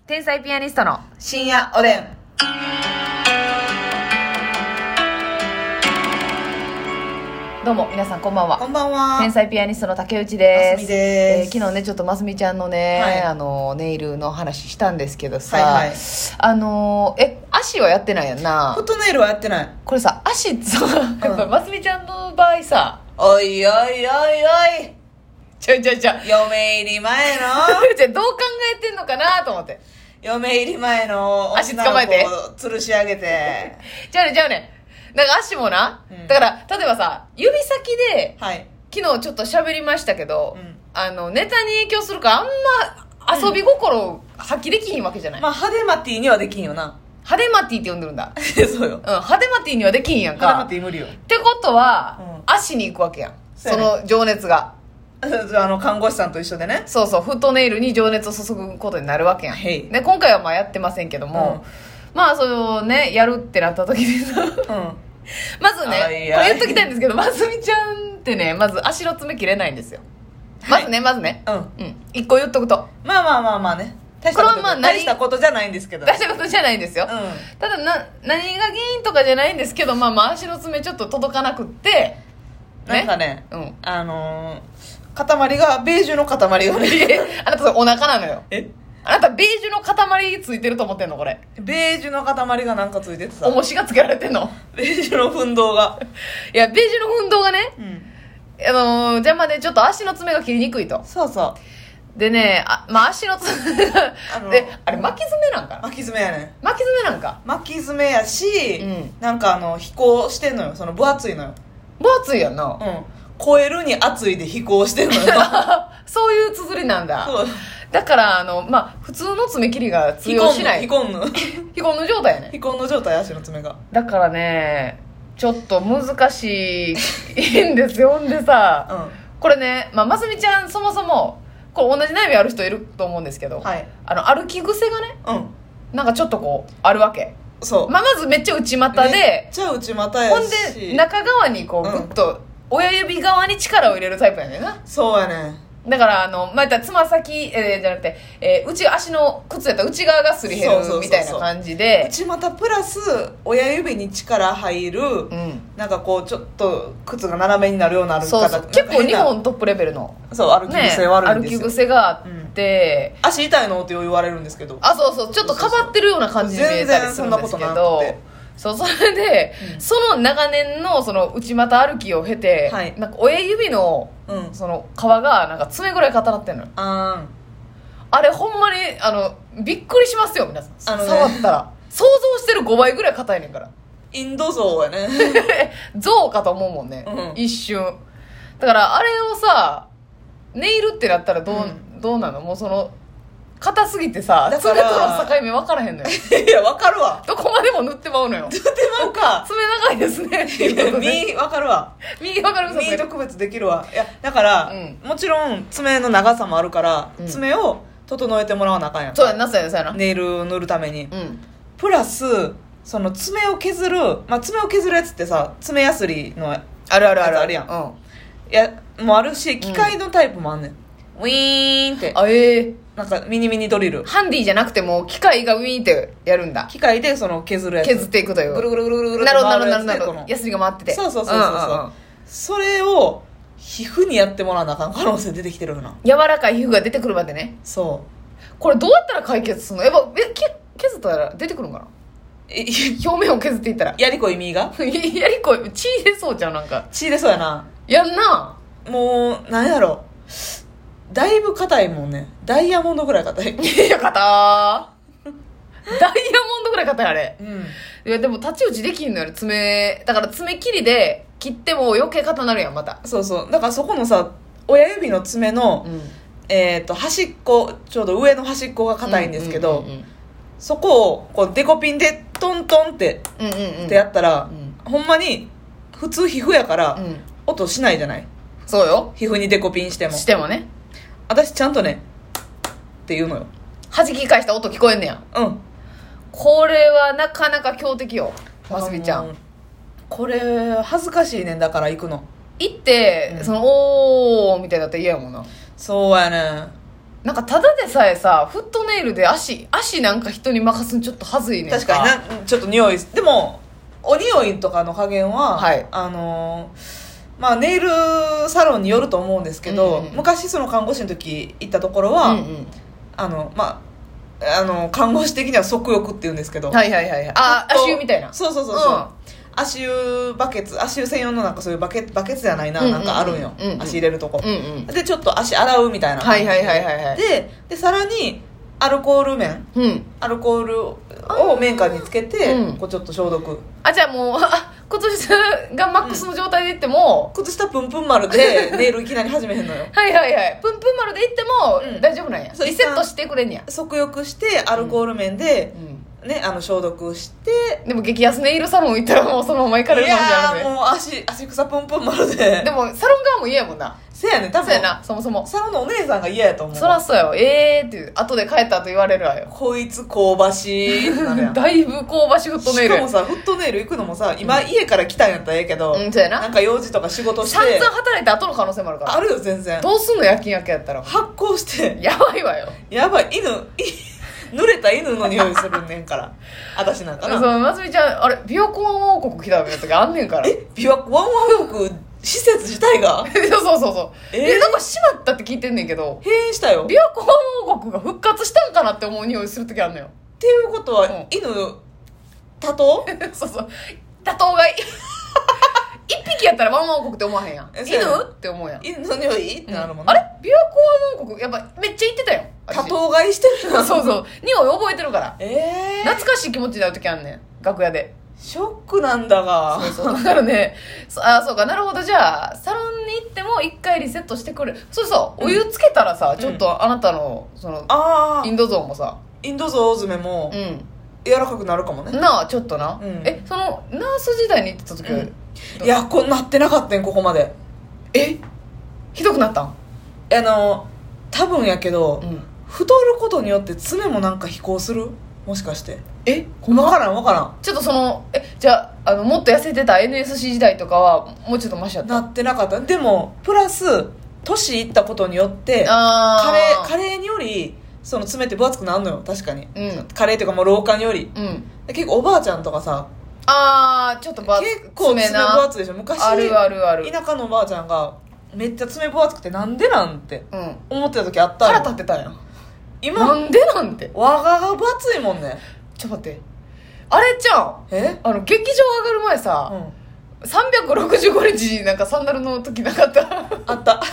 天才ピアニストの深夜おでん。 どうも皆さんこんばんは。 こんばんは。 天才ピアニストの竹内です。 ますみです。 昨日ねちょっとますみちゃんのね、 はいネイルの話したんですけどさ、 はいはい、 足はやってないやんな。 フットネイルはやってない。 これさ足ってさ、やっぱますみちゃんの場合さ、 おいおいおいおい、 ちょ嫁入り前のじゃあどう考えてんのかなと思って。 嫁入り前の足捕まえて女の子を吊るし上げてじゃあねだから足もな、 うんだから例えばさ指先ではい昨日ちょっと喋りましたけど、 うんネタに影響するからあんま遊び心を発揮できひんわけじゃない、 まあ派手マティにはできんよな。 派手マティって呼んでるんだそうよ。 派手マティにはできんやん派手かマティ無理よ。 ってことは、 うん足に行くわけやんそうやねその情熱が看護師さんと一緒でね。 そうフットネイルに情熱を注ぐことになるわけやんへいで今回はまあやってませんけども、まあそれをねやるってなった時にさうんまずね、 あいやこれ言っときたいんですけど、ますみちゃんってね、まず足の爪切れないんですよ。まずね、一個言っとくと。 まあね。大したことじゃないんですけど。 大したことじゃないんですよ。 うんただ何が原因とかじゃないんですけど、まあ足の爪ちょっと届かなくって、 なんかね、 うん。 塊がベージュの塊がねあなたお腹なのよ。 えあなたベージュの塊ついてると思ってんのこれ。 ベージュの塊がなんかついててさ、 重しがつけられてんの。 ベージュの奮闘が、 いや、ベージュの運動がね、邪魔でちょっと足の爪が切りにくいと。 そうそうでね、足の爪がであれ巻き爪なんかな、 巻き爪やね巻き爪なんか巻き爪やし、 うんなんか飛行してんのよ。その分厚いのよ。 分厚いやんな、 超えるに厚いで飛行してんのよそういう綴りなんだ。 そうだから普通の爪切りが通用しない非婚の非婚の状態やね。 非婚の状態、足の爪が。 だからねちょっと難しいんですよ。んでさ、これね、ますみちゃんそもそもこれ同じ悩みある人いると思うんですけど、 はい歩き癖がねうんなんかちょっとこうあるわけ。 そう、 まずめっちゃ内股めっで、 ちゃ内股やほんし、 で中側にこうグッと親指側に力を入れるタイプやねんな。 そうやねだから言ったらつま先、じゃなくて、足の靴やったら内側がすり減るみたいな感じで、 内股プラス親指に力入る、なんかこうちょっと靴が斜めになるような歩き方。 そう結構日本トップレベルの、 そう歩き癖悪いんですよ、 歩き癖があって、 足痛いのって言われるんですけど、 そうちょっとかばってるような感じに見えたりするんですけ全然そんなことなどくて、 それで、その長年のその内股歩きを経て、 はいなんか親指のその皮がなんか爪ぐらい硬なってんのよ。あれほんまにびっくりしますよ皆さん、触ったら想像してる5倍ぐらい硬いねんから。 インド象やね象かと思うもんね、一瞬。だからあれをさネイルってなったらどうなの。もうその硬すぎてさだ爪からとの境目分からへんのよいや分かるわ、 どこまでも塗ってまうのよ。 塗ってまうか爪長いですねっていうことで身分かるわ、 右分かる。 身特別できるわ。いやだから、もちろん爪の長さもあるから、爪を整えてもらわなあかんやん。 そうやなそうやな。 ネイル塗るために、プラスその爪を削る、爪を削るやつってさ、爪やすりのあるあるやん、いやもうあるし、機械のタイプもあんねん、ウィーンってなんかミニドリル、 ハンディじゃなくても機械がウィーンってやるんだ。 機械でその削るやつ、 削っていくという、 ぐるぐるぐるぐるぐるなるほど回るやつでなるほど。ヤスリが回ってて、 そうそれを皮膚にやってもらわなあかん可能性出てきてるよな。 柔らかい皮膚が出てくるまでね。 そこれどうやったら解決するの。やっぱ削ったら出てくるんかな。表面を削っていったらやりこい身がやりこい血出そうじゃん。なんか血出そうやな。 やんな。 もうなんやろ、だいぶ硬いもんね。ダイヤモンドぐらい硬い。 いや硬ダイヤモンドぐらい硬いあれ。いやでも太刀打ちできんのよ爪。だから爪切りで切っても余計硬なるやんまた。 そうだからそこのさ、親指の爪の、端っこ、ちょうど上の端っこが硬いんですけど、そこをこうデコピンでトントンってってやったら、ほんまに普通皮膚やから、音しないじゃない。 そうよ、 皮膚にデコピンしてもね。 私ちゃんとねって言うのよ。 弾き返した音聞こえんねや。これはなかなか強敵よますみちゃん。 これ恥ずかしいねん。だから行くの行って、そのおーみたいだったら嫌やもんな。 そうやねん。 なんかただでさえさフットネイルで足なんか人に任すのちょっとはずいねんか。 確かにちょっと匂いでもお匂いとかの加減は、 はい、 まあ、ネイルサロンによると思うんですけど、昔その看護師の時行ったところは、まあ看護師的には足浴って言うんですけど、 はいはいはい、足湯みたいな。 そう、足湯バケツ、足湯専用のなんかそういうバケツじゃないな、なんかあるんよ、足入れるとこ、でちょっと足洗うみたいな感じで、さらにアルコール綿、アルコールを綿花につけて、こうちょっと消毒。 じゃあもう靴下がマックスの状態でいっても、 靴下プンプン丸でネイルいきなり始めへんのよ。 はいはいはい、プンプン丸でいっても大丈夫なんや、リセットしてくれんや。 足浴してアルコール綿で、ね、消毒して。 でも激安ネイルサロン行ったらもうそのまま行かれるもんじゃない。 いやもう足草プンプン丸で。 でもサロン側も嫌やもんな。 せやね、多分そうやな、そもそもサロンのお姉さんが嫌やと思う。 そらそうよ、って後で帰った後言われるわよ。 こいつ香ばしいってなるやん。 だいぶ香ばしいフットネイル。 しかもさ、フットネイル行くのもさ、今、家から来たんやったらええけど、 そうやな、 なんか用事とか仕事して散々働いた後の可能性もあるから。 あるよ、全然。 どうすんの、夜勤明けやったら発酵してやばいわよ。 やばい、濡れた犬の匂いするねんから私なんかな。 そう、ますみちゃん、あれ琵琶湖湾王国来たみたいな時あんねんから。 琵琶湖湾王国施設自体がそうなんか閉まったって聞いてんねんけど、 閉園したよ。 琵琶湖湾王国が復活したんかなって思う匂いする時あるのよ。 っていうことは、犬多頭そう多頭が一匹やったらワンワン王国って思わへんやん。犬って思うやん。 犬の匂いってなるもんね。 あれ琵琶湖湾王国やっぱめっちゃ行ってたよ。 多頭飼いしてるな。 そう匂い覚えてるから。懐かしい気持ちになる時あんねん、楽屋で。 ショックなんだが。 そうだからね、そうか、なるほど。じゃあサロンに行っても一回リセットしてくれる。お湯つけたらさ、ちょっとあなたのそのインドゾーンもさ、 インドゾー詰めも柔らかくなるかもね。 なあ、ちょっとな。そのナース時代に行ってた時は、 いや、こんなってなかったん、ここまで。 ひどくなったん？ 多分やけど、太ることによって爪もなんか飛行する、もしかして。分からん。 ちょっとじゃあもっと痩せてた NSC 時代とかはもうちょっとマシやった？ なってなかった。でもプラス年いったことによって加齢によりその爪って分厚くなるのよ、確かに。加齢というかもう老化により、結構おばあちゃんとかさ、 ちょっと分厚い、 結構爪分厚いでしょ。昔ある田舎のおばあちゃんがめっちゃ爪分厚くてなんでなんて思ってた時あったよ。 腹立ってたんや。 今なんでなんて我がが分厚いもんね。 ちょっと待って、あれちゃん、劇場上がる前さ、365日なんかサンダルの時なかった？ あった。 あの2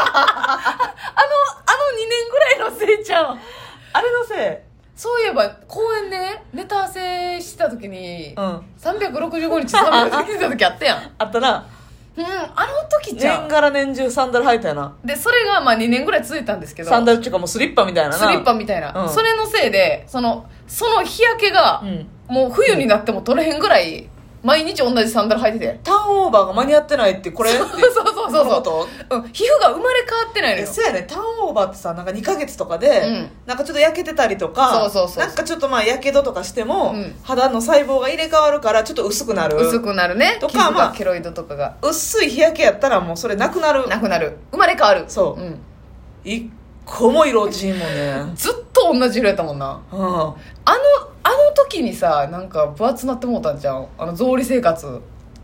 年ぐらいのせいちゃん。 あれのせい。 そういえば公園でネタ合わせした時に、365日サンダル着てた時あったやん。 あったな。 あの時ちゃん年がら年中サンダル履いたよな。 でそれが2年ぐらい続いたんですけど、 サンダルっていうかもうスリッパみたいな。 それのせいでその日焼けが、もう冬になっても取れへんぐらい毎日同じサンダル履いてて、 ターンオーバーが間に合ってないってこれってそう皮膚が生まれ変わってないのよ。 そうやね。ターンオーバーってさ、なんか2ヶ月とかで、なんかちょっと焼けてたりとか、なんかちょっとやけどとかしても、肌の細胞が入れ替わるからちょっと薄くなるねとか、 ケロイドとかが薄い日焼けやったらもうそれなくなる生まれ変わる。 一個も色落ちんもんね。 ずっと同じ色やったもんな。あの時にさ、なんか分厚なってもうたんじゃん、草履生活。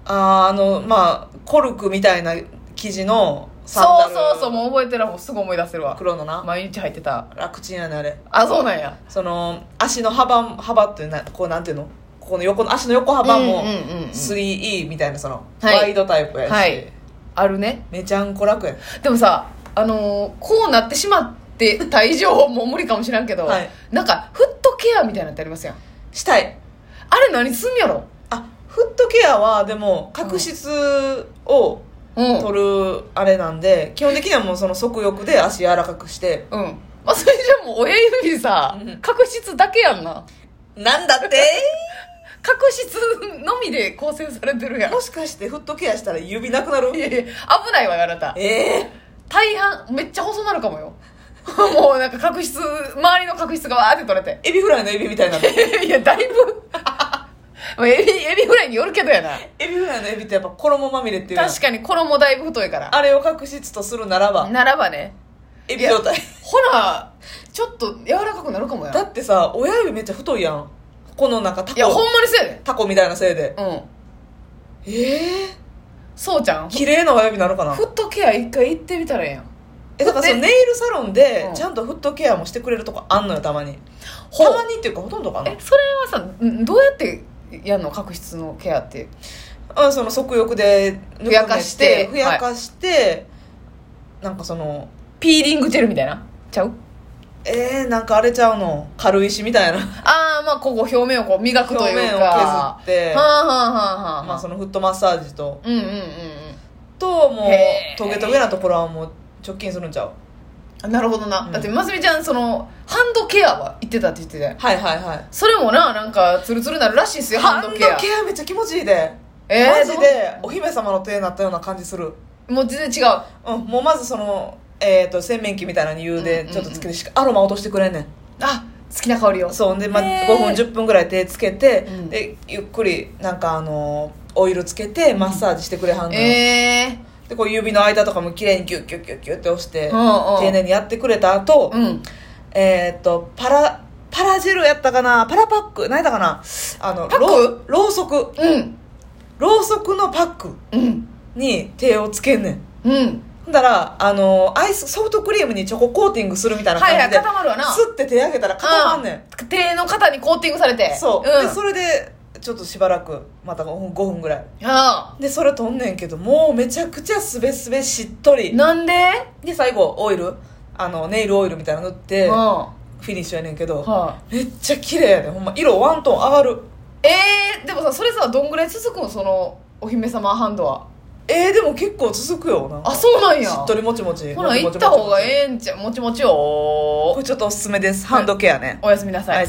コルクみたいな生地のサンダル。 そうもう覚えてる。もうすぐ思い出せるわ。 黒のな、 毎日履いてた。 楽ちんやねあれ。 そうなんや。 その足の幅ってこうなんていうの、ここの足の横幅も 3E みたいな、そのワイドタイプやし、 あるね。 めちゃんこ楽や。 でもさ、こうなってしまってた以上もう無理かもしらんけど、なんかフットケアみたいなのってありますやん。 したい。 あれ何すんやろ。 フットケアはでも角質を取るあれなんで、基本的にはもうその足浴で足柔らかくして。それじゃもう親指さ、角質だけやんな。 なんだって角質のみで構成されてるやん。 もしかしてフットケアしたら指なくなる？ いや危ないわよあなた。大半めっちゃ細なるかもよ。もうなんか角質、周りの角質がわーって取れて、 エビフライのエビみたいないやだいぶエビフライによるけどやな。 エビフライのエビってやっぱ衣まみれっていう。 確かに衣だいぶ太いから。 あれを角質とするならばね。 エビ状態。 ほらちょっと柔らかくなるかもや。 だってさ、親指めっちゃ太いやん。このなんかタコ。 いやほんまにせえねタコみたいなせいで。 そうちゃん綺麗な親指なのかな。 フットケア一回行ってみたらええやん。 だからそのネイルサロンでちゃんとフットケアもしてくれるとこあんのよ、たまに。たまにっていうかほとんどかな。 それはさどうやってやんの？角質のケアって。 その足浴でふやかしてふやかして、なんかそのピーリングジェルみたいなちゃう？ なんかあれちゃうの、軽石みたいな。 まあここ表面をこう磨くというか、 表面を削って、 まあそのフットマッサージと、 ともうトゲトゲなところはもう直近するんちゃう。 なるほどな、だってますみちゃんそのハンドケアは言ってたって言ってた。 はいはいはい。 それもなんかツルツルなるらしいですよ。ハンドケアめっちゃ気持ちいいで、マジでお姫様の手になったような感じする。 もう全然違う。 もうまずその洗面器みたいな理由でちょっとつけてアロマ落としてくれんねん。 好きな香りを。 そうで、5分10分ぐらい手つけて、でゆっくりなんかオイルつけてマッサージしてくれはんのよ。でこう指の間とかも綺麗にギュッギュッギュッギュッって押して、丁寧にやってくれた後、パラジェルやったかな、パラパック何やったかな、ろうそく、ろうそくのパックに手をつけんねん。だからアイスソフトクリームにチョココーティングするみたいな感じで、 固まるわな。 スッて手上げたら固まんねん。 手の肩にコーティングされて。 そう、でそれでちょっとしばらくまた5分ぐらいでそれとんねんけど、もうめちゃくちゃすべすべしっとり。 なんで？ で最後オイルネイルオイルみたいなの塗ってフィニッシュやねんけど、めっちゃ綺麗やねんほんま。色ワントーン上がる。 でもさそれさどんぐらい続くの、そのお姫様ハンドは。 でも結構続くよ。なんかそうなんや。 しっとりもちもち。 ほら行った方がええんちゃう。もちもちよ。 これちょっとおすすめです、ハンドケアね。 おやすみなさい。